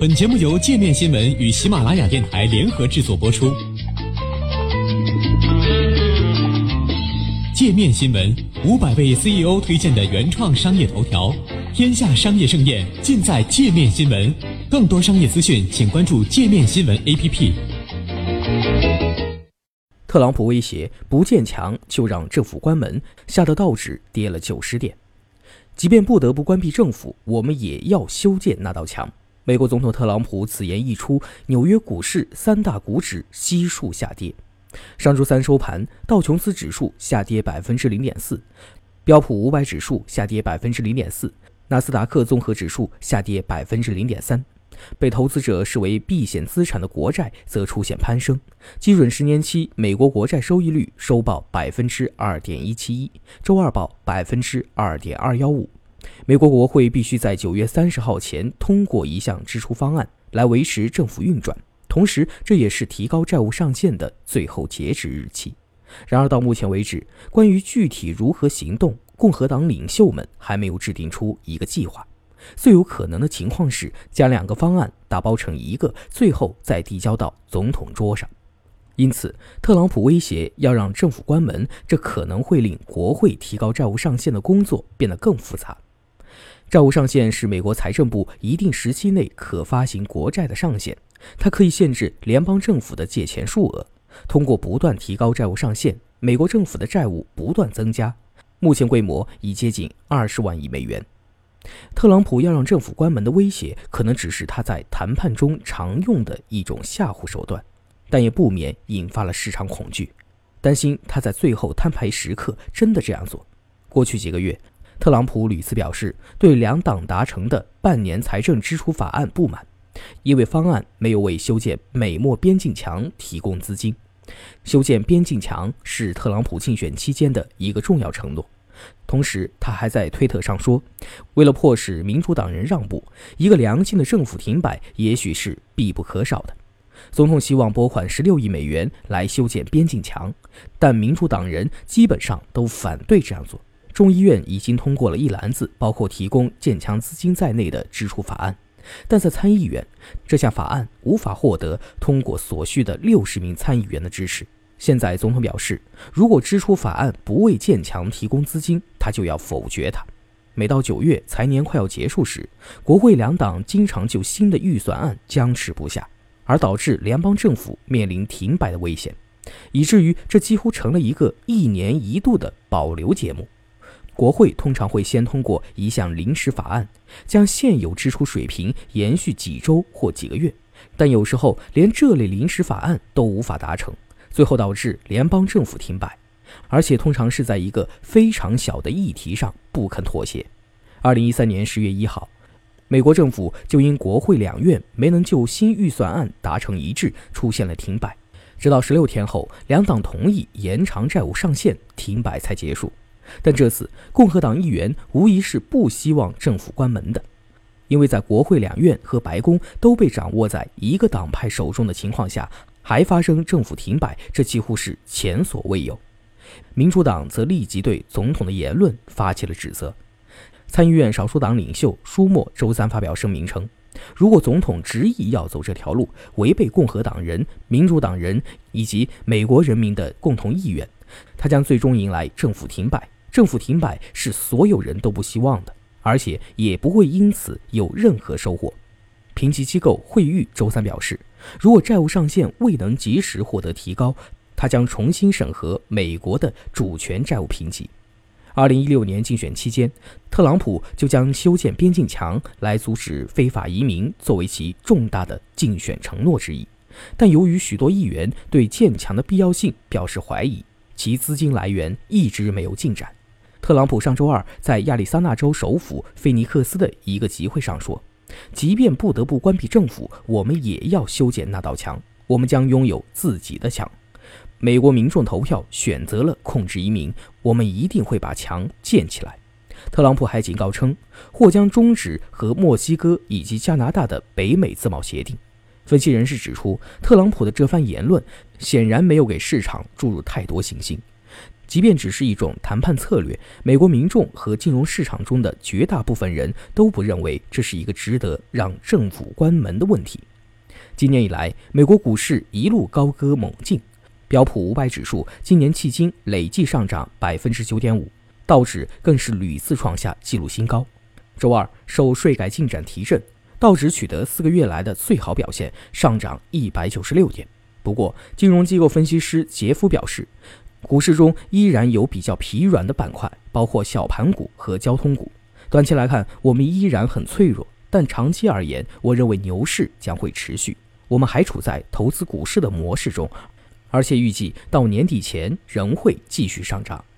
本节目由界面新闻与喜马拉雅电台联合制作播出。界面新闻500位 CEO 推荐的原创商业头条，天下商业盛宴尽在界面新闻。更多商业资讯，请关注界面新闻 APP。 特朗普威胁不建墙就让政府关门，吓得道指跌了90点。即便不得不关闭政府，我们也要修建那道墙。美国总统特朗普此言一出，纽约股市3大股指悉数下跌。上周三收盘，道琼斯指数下跌 0.4%， 标普500指数下跌 0.4%， 纳斯达克综合指数下跌 0.3%。被投资者视为避险资产的国债则出现攀升，基准10年期美国国债收益率收报 2.171%， 周二报 2.215%。美国国会必须在9月30号前通过一项支出方案来维持政府运转，同时这也是提高债务上限的最后截止日期。然而到目前为止，关于具体如何行动，共和党领袖们还没有制定出一个计划。最有可能的情况是将2个方案打包成一个，最后再递交到总统桌上。因此，特朗普威胁要让政府关门，这可能会令国会提高债务上限的工作变得更复杂。债务上限是美国财政部一定时期内可发行国债的上限，它可以限制联邦政府的借钱数额。通过不断提高债务上限，美国政府的债务不断增加，目前规模已接近20万亿美元。特朗普要让政府关门的威胁可能只是他在谈判中常用的一种吓唬手段，但也不免引发了市场恐惧，担心他在最后摊牌时刻真的这样做。过去几个月，特朗普屡次表示对2党达成的半年财政支出法案不满，因为方案没有为修建美墨边境墙提供资金。修建边境墙是特朗普竞选期间的一个重要承诺。同时，他还在推特上说，为了迫使民主党人让步，一个良性的政府停摆也许是必不可少的。总统希望拨款16亿美元来修建边境墙，但民主党人基本上都反对这样做。众议院已经通过了一篮子包括提供建墙资金在内的支出法案，但在参议院，这项法案无法获得通过所需的60名参议员的支持。现在总统表示，如果支出法案不为建墙提供资金，他就要否决它。每到9月财年快要结束时，国会2党经常就新的预算案僵持不下，而导致联邦政府面临停摆的危险，以至于这几乎成了一个1年1度的保留节目。国会通常会先通过一项临时法案，将现有支出水平延续几周或几个月，但有时候连这类临时法案都无法达成，最后导致联邦政府停摆，而且通常是在一个非常小的议题上不肯妥协。2013年10月1号，美国政府就因国会2院没能就新预算案达成一致，出现了停摆。直到16天后，2党同意延长债务上限，停摆才结束。但这次共和党议员无疑是不希望政府关门的，因为在国会2院和白宫都被掌握在一个党派手中的情况下，还发生政府停摆，这几乎是前所未有。民主党则立即对总统的言论发起了指责。参议院少数党领袖舒默周三发表声明称，如果总统执意要走这条路，违背共和党人、民主党人以及美国人民的共同意愿，他将最终迎来政府停摆。政府停摆是所有人都不希望的，而且也不会因此有任何收获。评级机构惠誉周三表示，如果债务上限未能及时获得提高，他将重新审核美国的主权债务评级。2016年竞选期间，特朗普就将修建边境墙来阻止非法移民作为其重大的竞选承诺之一，但由于许多议员对建墙的必要性表示怀疑，其资金来源一直没有进展。特朗普上周二在亚利桑那州首府菲尼克斯的一个集会上说，即便不得不关闭政府，我们也要修建那道墙，我们将拥有自己的墙。美国民众投票选择了控制移民，我们一定会把墙建起来。特朗普还警告称，或将终止和墨西哥以及加拿大的北美自贸协定。分析人士指出，特朗普的这番言论显然没有给市场注入太多信心。 即便只是一种谈判策略，美国民众和金融市场中的绝大部分人都不认为这是一个值得让政府关门的问题。今年以来，美国股市一路高歌猛进，标普500指数今年迄今累计上涨 9.5%， 道指更是屡次创下纪录新高。周二，受税改进展提振，道指取得4个月来的最好表现，上涨196点。不过，金融机构分析师杰夫表示，股市中依然有比较疲软的板块，包括小盘股和交通股。短期来看，我们依然很脆弱，但长期而言，我认为牛市将会持续。我们还处在投资股市的模式中，而且预计到年底前仍会继续上涨。